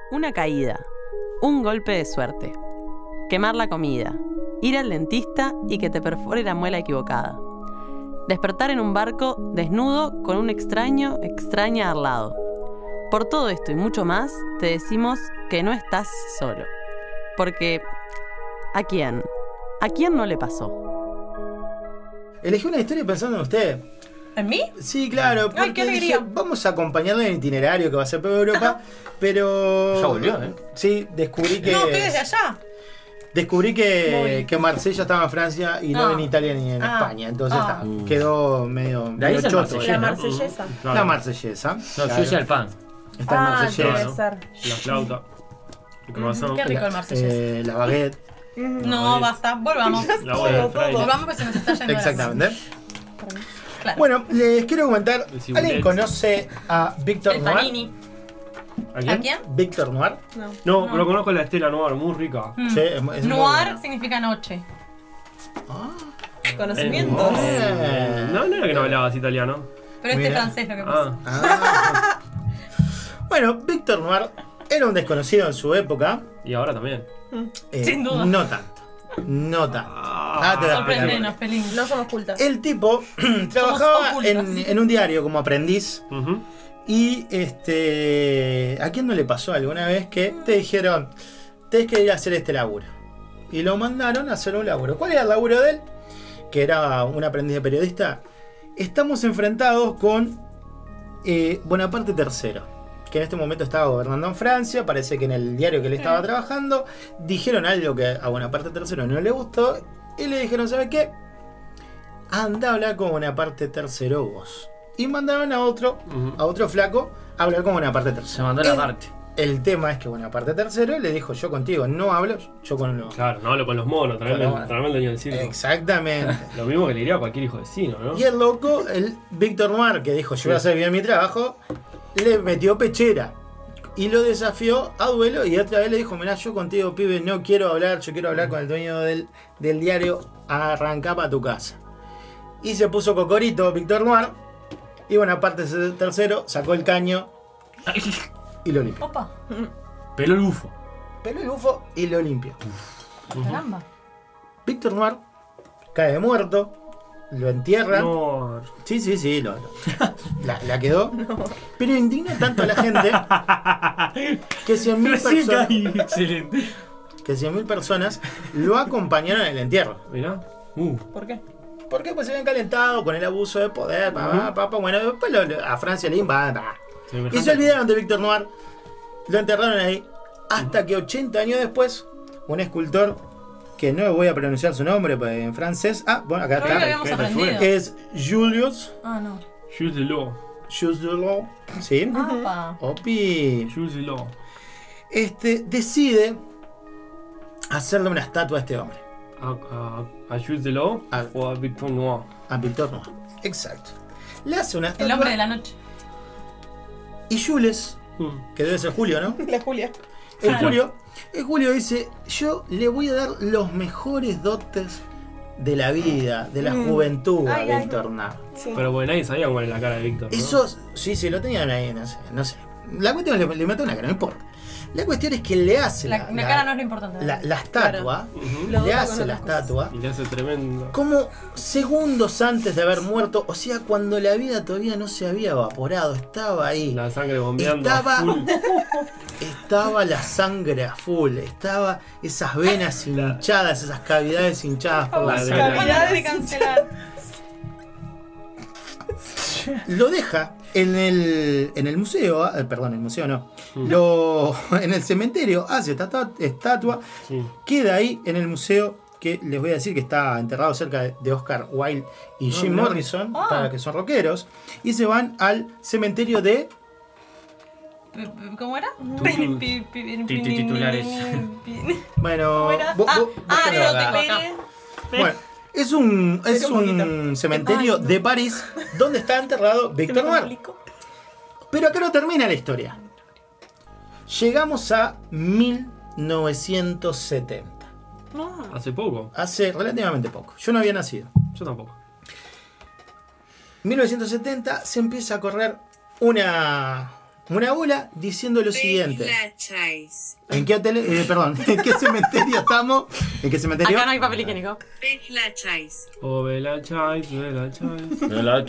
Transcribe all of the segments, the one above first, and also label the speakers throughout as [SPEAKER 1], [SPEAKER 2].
[SPEAKER 1] Una caída, un golpe de suerte, quemar la comida, ir al dentista y que te perfore la muela equivocada, despertar en un barco desnudo con un extraña al lado. Por todo esto y mucho más, te decimos que no estás solo. Porque, ¿a quién? ¿A quién no le pasó?
[SPEAKER 2] Elegí una historia pensando en usted.
[SPEAKER 3] ¿En mí?
[SPEAKER 2] Sí, claro.
[SPEAKER 3] Ay, qué alegría.
[SPEAKER 2] Dije, vamos a acompañarle en el itinerario que va a hacer por Europa, pero...
[SPEAKER 4] Ya volvió, ¿eh?
[SPEAKER 2] Sí, descubrí que...
[SPEAKER 3] No, estoy desde allá.
[SPEAKER 2] Descubrí que Marsella estaba en Francia y no en Italia ni en España. Entonces quedó medio
[SPEAKER 4] De ahí es el
[SPEAKER 2] choto.
[SPEAKER 4] marsellés,
[SPEAKER 3] La
[SPEAKER 4] ¿no?
[SPEAKER 3] marsellesa.
[SPEAKER 2] La marsellesa.
[SPEAKER 4] No,
[SPEAKER 2] claro.
[SPEAKER 4] yo decía el pan.
[SPEAKER 2] Está el marsellés.
[SPEAKER 3] debe ser.
[SPEAKER 5] La flauta. El croissant.
[SPEAKER 3] Qué rico el marsellés.
[SPEAKER 2] La baguette.
[SPEAKER 3] No, basta. Volvamos.
[SPEAKER 5] La bola de fraile.
[SPEAKER 3] Volvamos porque se nos está yendo
[SPEAKER 2] Exactamente.
[SPEAKER 3] Claro.
[SPEAKER 2] Bueno, les quiero comentar.
[SPEAKER 5] El cibulet.
[SPEAKER 2] ¿Alguien conoce a Víctor
[SPEAKER 3] El
[SPEAKER 2] Noir?
[SPEAKER 3] panini.
[SPEAKER 5] ¿A
[SPEAKER 3] ¿A
[SPEAKER 5] quién?
[SPEAKER 3] quién?
[SPEAKER 2] Víctor Noir.
[SPEAKER 5] No, pero conozco la Estela Noir, muy rica.
[SPEAKER 2] Sí, es muy
[SPEAKER 3] Noir
[SPEAKER 2] buena.
[SPEAKER 3] significa noche.
[SPEAKER 6] Conocimientos.
[SPEAKER 5] No era que no hablabas italiano.
[SPEAKER 3] Pero este es
[SPEAKER 2] Mira.
[SPEAKER 3] francés lo que pasa.
[SPEAKER 2] Ah. Bueno, Víctor Noir era un desconocido en su época.
[SPEAKER 5] Y ahora también.
[SPEAKER 3] Sin duda.
[SPEAKER 2] No tanto. No tanto. Te voy a explicar.
[SPEAKER 3] Sorprendenos, Pelín.
[SPEAKER 6] No somos cultas.
[SPEAKER 2] El tipo trabajaba
[SPEAKER 3] ocultas.
[SPEAKER 2] en un diario como aprendiz.
[SPEAKER 5] Ujú.
[SPEAKER 2] Y ¿a quién no le pasó alguna vez que te dijeron, tenés que ir a hacer este laburo? Y lo mandaron a hacer un laburo. ¿Cuál era el laburo de él? Que era un aprendiz de periodista. Estamos enfrentados con Bonaparte III, que en este momento estaba gobernando en Francia. Parece que en el diario que él estaba trabajando dijeron algo que a Bonaparte III no le gustó. Y le dijeron, ¿sabes qué? Anda a hablar con Bonaparte III vos. Y mandaron a otro flaco a hablar con Bonaparte III.
[SPEAKER 4] Se mandó la parte.
[SPEAKER 2] El tema es que Bonaparte III le dijo, yo contigo no hablo, yo con los...
[SPEAKER 5] Claro, no hablo con los monos, traeme el dueño del circo.
[SPEAKER 2] Exactamente.
[SPEAKER 5] Lo mismo que le diría a cualquier hijo vecino, ¿no?
[SPEAKER 2] Y el loco, el Víctor Noir, que dijo, yo voy a hacer bien mi trabajo, le metió pechera. Y lo desafió a duelo y otra vez le dijo, mirá, yo contigo, pibe, no quiero hablar, yo quiero hablar con el dueño del diario, arrancá para tu casa. Y se puso cocorito Víctor Noir, y Bonaparte III sacó el caño y lo limpió.
[SPEAKER 3] Opa.
[SPEAKER 5] Pelo el bufo.
[SPEAKER 2] Peló el bufo y lo limpió.
[SPEAKER 3] Caramba.
[SPEAKER 2] Víctor Noir cae muerto, lo entierran.
[SPEAKER 5] No.
[SPEAKER 2] Sí, la quedó. Pero indignó tanto a la gente que 100.000 personas lo acompañaron en el entierro.
[SPEAKER 5] Mirá.
[SPEAKER 6] ¿Por qué?
[SPEAKER 2] Porque pues se habían calentado con el abuso de poder. Bueno, después a Francia le invaden. Y se olvidaron de Víctor Noir. Lo enterraron ahí. Hasta que 80 años después, un escultor que no voy a pronunciar su nombre pues, en francés. Bueno, acá
[SPEAKER 3] Creo que lo
[SPEAKER 2] está.
[SPEAKER 3] habíamos aprendido.
[SPEAKER 2] Es Julius
[SPEAKER 3] No.
[SPEAKER 5] Jules Delors.
[SPEAKER 2] Delors. Sí.
[SPEAKER 3] Opa.
[SPEAKER 2] Opi.
[SPEAKER 5] Jules Delors.
[SPEAKER 2] Decide hacerle una estatua a este hombre.
[SPEAKER 5] ¿A Jules Delors
[SPEAKER 2] A-
[SPEAKER 5] o a Victor Noir?
[SPEAKER 2] A Víctor Noir. Exacto. Le hace una
[SPEAKER 3] El
[SPEAKER 2] estatua.
[SPEAKER 3] hombre de la noche.
[SPEAKER 2] Y Jules, que debe ser Julio, ¿no?
[SPEAKER 6] La Julia.
[SPEAKER 2] El Julio dice, yo le voy a dar los mejores dotes de la vida, de la juventud a Víctor Noir.
[SPEAKER 6] Sí.
[SPEAKER 5] Pero bueno, nadie sabía cómo era la cara de Víctor, ¿no?
[SPEAKER 2] Eso, sí, lo tenían ahí, no sé. La cuestión le mató una cara, no importa. La cuestión es que le hace
[SPEAKER 3] La cara no es lo importante.
[SPEAKER 2] la estatua,
[SPEAKER 6] Lo
[SPEAKER 2] le
[SPEAKER 6] dota
[SPEAKER 2] hace
[SPEAKER 6] con
[SPEAKER 2] la
[SPEAKER 6] otras cosas.
[SPEAKER 2] estatua
[SPEAKER 5] Y le hace tremendo.
[SPEAKER 2] como segundos antes de haber muerto, o sea, cuando la vida todavía no se había evaporado, estaba ahí.
[SPEAKER 5] La sangre bombeando.
[SPEAKER 2] Estaba,
[SPEAKER 5] a full.
[SPEAKER 2] estaba la sangre a full, estaba esas venas hinchadas, esas cavidades hinchadas por la
[SPEAKER 5] La
[SPEAKER 2] sangre.
[SPEAKER 3] Cavidades de cancelar.
[SPEAKER 2] Lo deja en el museo, perdón, el museo no, en el cementerio, hace esta estatua,
[SPEAKER 5] Sí.
[SPEAKER 2] queda ahí en el museo, que les voy a decir que está enterrado cerca de Oscar Wilde y Jim
[SPEAKER 5] mirá.
[SPEAKER 2] Morrison, para que son rockeros, y se van al cementerio de...
[SPEAKER 3] ¿Cómo era?
[SPEAKER 4] Titulares.
[SPEAKER 2] Bueno,
[SPEAKER 3] ¿Cómo era?
[SPEAKER 2] búsquenlo
[SPEAKER 3] Yo
[SPEAKER 2] acá.
[SPEAKER 3] tengo acá.
[SPEAKER 2] Bueno, es un cementerio de París donde está enterrado Víctor Noir. Pero acá no termina la historia. Llegamos a 1970.
[SPEAKER 5] Hace poco.
[SPEAKER 2] Hace relativamente poco. Yo no había nacido.
[SPEAKER 5] Yo tampoco.
[SPEAKER 2] 1970 se empieza a correr una Una bola diciendo lo siguiente.
[SPEAKER 4] Bechleitscheiß.
[SPEAKER 2] ¿En qué hotel? Perdón, ¿en qué cementerio estamos? ¿En qué cementerio?
[SPEAKER 1] Acá no hay papel higiénico.
[SPEAKER 4] Bechleitscheiß.
[SPEAKER 5] Oh, Bella Chais, Bella Chais.
[SPEAKER 2] Bueno,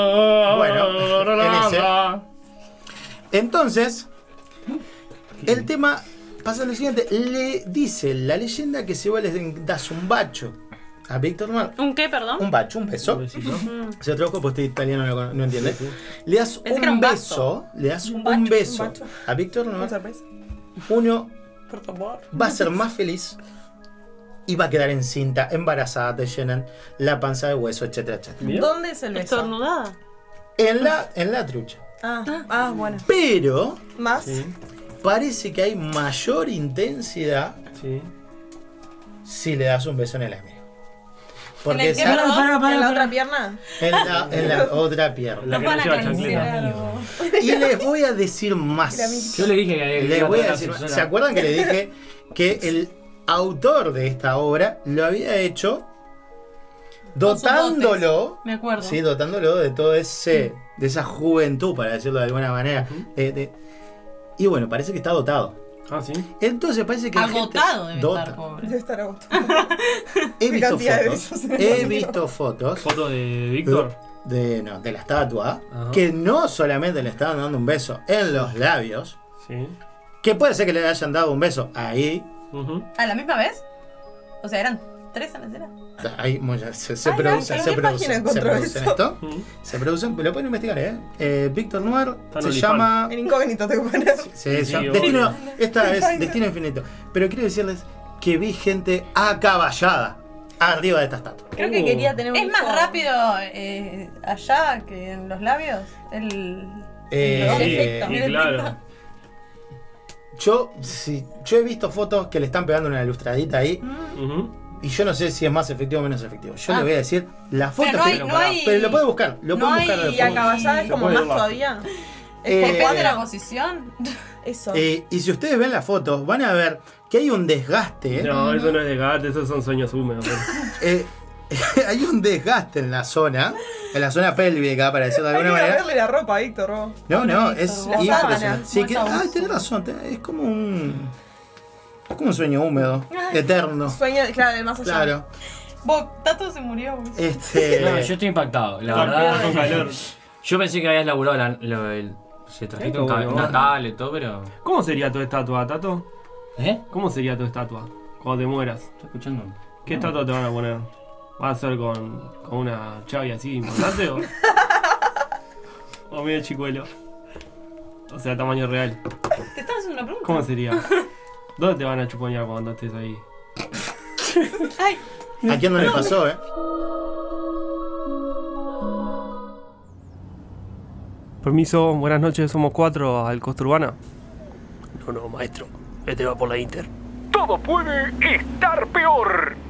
[SPEAKER 2] en ese. Entonces, el tema pasa lo siguiente. Le dice la leyenda que si vos le das un bacho a Víctor Noir,
[SPEAKER 1] ¿Un qué, perdón?
[SPEAKER 2] un bacho, un beso.
[SPEAKER 5] Un besito.
[SPEAKER 2] Se lo tradujo porque usted italiano no entiende. Le das
[SPEAKER 1] Pensé que era
[SPEAKER 2] un
[SPEAKER 1] un
[SPEAKER 2] beso, le das un beso a Víctor Noir, uno
[SPEAKER 1] Por favor.
[SPEAKER 2] va a ser más feliz y va a quedar encinta, embarazada, te llenan la panza de hueso, etcétera, etcétera.
[SPEAKER 5] Bien.
[SPEAKER 3] ¿Dónde es el beso?
[SPEAKER 1] Estornudada.
[SPEAKER 2] En la trucha.
[SPEAKER 3] Bueno.
[SPEAKER 2] Pero
[SPEAKER 3] ¿Más?
[SPEAKER 5] Sí,
[SPEAKER 2] parece que hay mayor intensidad
[SPEAKER 5] sí.
[SPEAKER 2] si le das un beso en el amigo.
[SPEAKER 3] ¿En
[SPEAKER 2] Porque
[SPEAKER 3] el qué,
[SPEAKER 2] esa-
[SPEAKER 3] perdón? ¿En la otra pierna?
[SPEAKER 2] en la otra pierna.
[SPEAKER 5] La que
[SPEAKER 3] van
[SPEAKER 5] no
[SPEAKER 3] a
[SPEAKER 5] lleva
[SPEAKER 3] acariciar
[SPEAKER 5] chancleta.
[SPEAKER 3] algo.
[SPEAKER 2] Y les voy a decir más.
[SPEAKER 6] Yo le dije que
[SPEAKER 2] Les
[SPEAKER 6] iba
[SPEAKER 2] voy a
[SPEAKER 6] tocar
[SPEAKER 2] decir más.
[SPEAKER 6] sola.
[SPEAKER 2] ¿Se acuerdan que le dije que el autor de esta obra lo había hecho dotándolo,
[SPEAKER 3] Me acuerdo.
[SPEAKER 2] sí, dotándolo de todo ese, de esa juventud, para decirlo de alguna manera. Y bueno, parece que está dotado.
[SPEAKER 5] Ah, sí.
[SPEAKER 2] Entonces parece que
[SPEAKER 3] Agotado debe
[SPEAKER 2] dota.
[SPEAKER 3] estar, pobre.
[SPEAKER 7] Debe estar agotado.
[SPEAKER 2] He visto
[SPEAKER 7] cantidad de
[SPEAKER 2] fotos.
[SPEAKER 7] besos en el
[SPEAKER 2] He
[SPEAKER 7] amigo.
[SPEAKER 2] visto fotos
[SPEAKER 5] Foto de Víctor.
[SPEAKER 2] de la estatua
[SPEAKER 5] Ajá.
[SPEAKER 2] que no solamente le estaban dando un beso en los labios,
[SPEAKER 5] Sí.
[SPEAKER 2] que puede ser que le hayan dado un beso ahí.
[SPEAKER 5] Ujú.
[SPEAKER 3] ¿A la misma vez? O sea, eran 3 en la escena.
[SPEAKER 2] Ahí se
[SPEAKER 7] Ay,
[SPEAKER 2] producen,
[SPEAKER 7] ¿en
[SPEAKER 2] se
[SPEAKER 7] qué
[SPEAKER 2] producen,
[SPEAKER 7] página
[SPEAKER 2] se
[SPEAKER 7] encontró
[SPEAKER 2] producen
[SPEAKER 7] eso?
[SPEAKER 2] esto.
[SPEAKER 5] Ujú.
[SPEAKER 2] Se producen, lo pueden investigar, Víctor Noir
[SPEAKER 5] Está en
[SPEAKER 2] se
[SPEAKER 5] OnlyFans.
[SPEAKER 2] llama.
[SPEAKER 7] En incógnito tengo que poner.
[SPEAKER 2] Se
[SPEAKER 5] Sí,
[SPEAKER 2] llama
[SPEAKER 5] obvio.
[SPEAKER 2] Destino, esta es Destino Infinito. Pero quiero decirles que vi gente acaballada arriba de esta estatua.
[SPEAKER 3] Creo que quería tener un
[SPEAKER 7] Es
[SPEAKER 3] hijo.
[SPEAKER 7] más
[SPEAKER 3] rápido allá que en los labios. El
[SPEAKER 2] Eh,
[SPEAKER 3] efecto.
[SPEAKER 5] Y
[SPEAKER 3] el
[SPEAKER 5] claro.
[SPEAKER 3] efecto.
[SPEAKER 2] Yo he visto fotos que le están pegando una ilustradita ahí.
[SPEAKER 5] Ujú.
[SPEAKER 2] Y yo no sé si es más efectivo o menos efectivo. Yo le voy a decir la foto
[SPEAKER 3] Pero no hay,
[SPEAKER 2] que.
[SPEAKER 3] no hay,
[SPEAKER 2] Pero lo puede buscar. Lo
[SPEAKER 3] no
[SPEAKER 2] pueden buscar
[SPEAKER 3] hay
[SPEAKER 2] de fotos.
[SPEAKER 7] Acaballada es
[SPEAKER 5] Se
[SPEAKER 7] como
[SPEAKER 5] puede
[SPEAKER 7] más
[SPEAKER 5] ir bajo.
[SPEAKER 7] todavía.
[SPEAKER 3] Depende de la
[SPEAKER 7] cuadro.
[SPEAKER 3] posición.
[SPEAKER 7] Eso.
[SPEAKER 2] Y si ustedes ven las fotos, van a ver que hay un desgaste.
[SPEAKER 5] No, eso no es de gato, esos son sueños húmedos.
[SPEAKER 2] Eh, hay un desgaste en la zona pélvica, para decirlo de
[SPEAKER 7] Hay que
[SPEAKER 2] alguna
[SPEAKER 7] ir a
[SPEAKER 2] manera.
[SPEAKER 7] verle la ropa a Víctor, ¿no?
[SPEAKER 2] No,
[SPEAKER 3] Víctor,
[SPEAKER 2] es
[SPEAKER 7] la
[SPEAKER 2] impresionante.
[SPEAKER 7] sábana,
[SPEAKER 2] Sí,
[SPEAKER 3] más
[SPEAKER 2] que,
[SPEAKER 3] abuso.
[SPEAKER 2] tenés razón, es como un. Es como un sueño húmedo, eterno.
[SPEAKER 7] Sueña, claro, del más allá.
[SPEAKER 2] Claro.
[SPEAKER 3] Tato se murió. güey.
[SPEAKER 6] No, yo estoy impactado. La
[SPEAKER 5] Con
[SPEAKER 6] verdad.
[SPEAKER 5] calor.
[SPEAKER 6] Yo pensé que habías laburado se trajiste
[SPEAKER 5] Esto, bueno,
[SPEAKER 6] una tablet y todo, pero.
[SPEAKER 5] ¿Cómo sería tu estatua, Tato?
[SPEAKER 6] ¿Eh?
[SPEAKER 5] ¿Cómo sería tu estatua cuando te mueras?
[SPEAKER 6] ¿Estás escuchando?
[SPEAKER 5] ¿Qué estatua te van a poner? ¿Va a ser con una chavi así importante o medio chicuelo? O sea, tamaño real.
[SPEAKER 3] Te estás haciendo una pregunta.
[SPEAKER 5] ¿Cómo sería? ¿Dónde te van a chuponear cuando estés ahí?
[SPEAKER 3] Ay,
[SPEAKER 2] ¿A quién no le pasó,
[SPEAKER 5] Permiso, buenas noches, somos 4 al Costa Urbana. No, maestro, este va por la Inter.
[SPEAKER 8] Todo puede estar peor.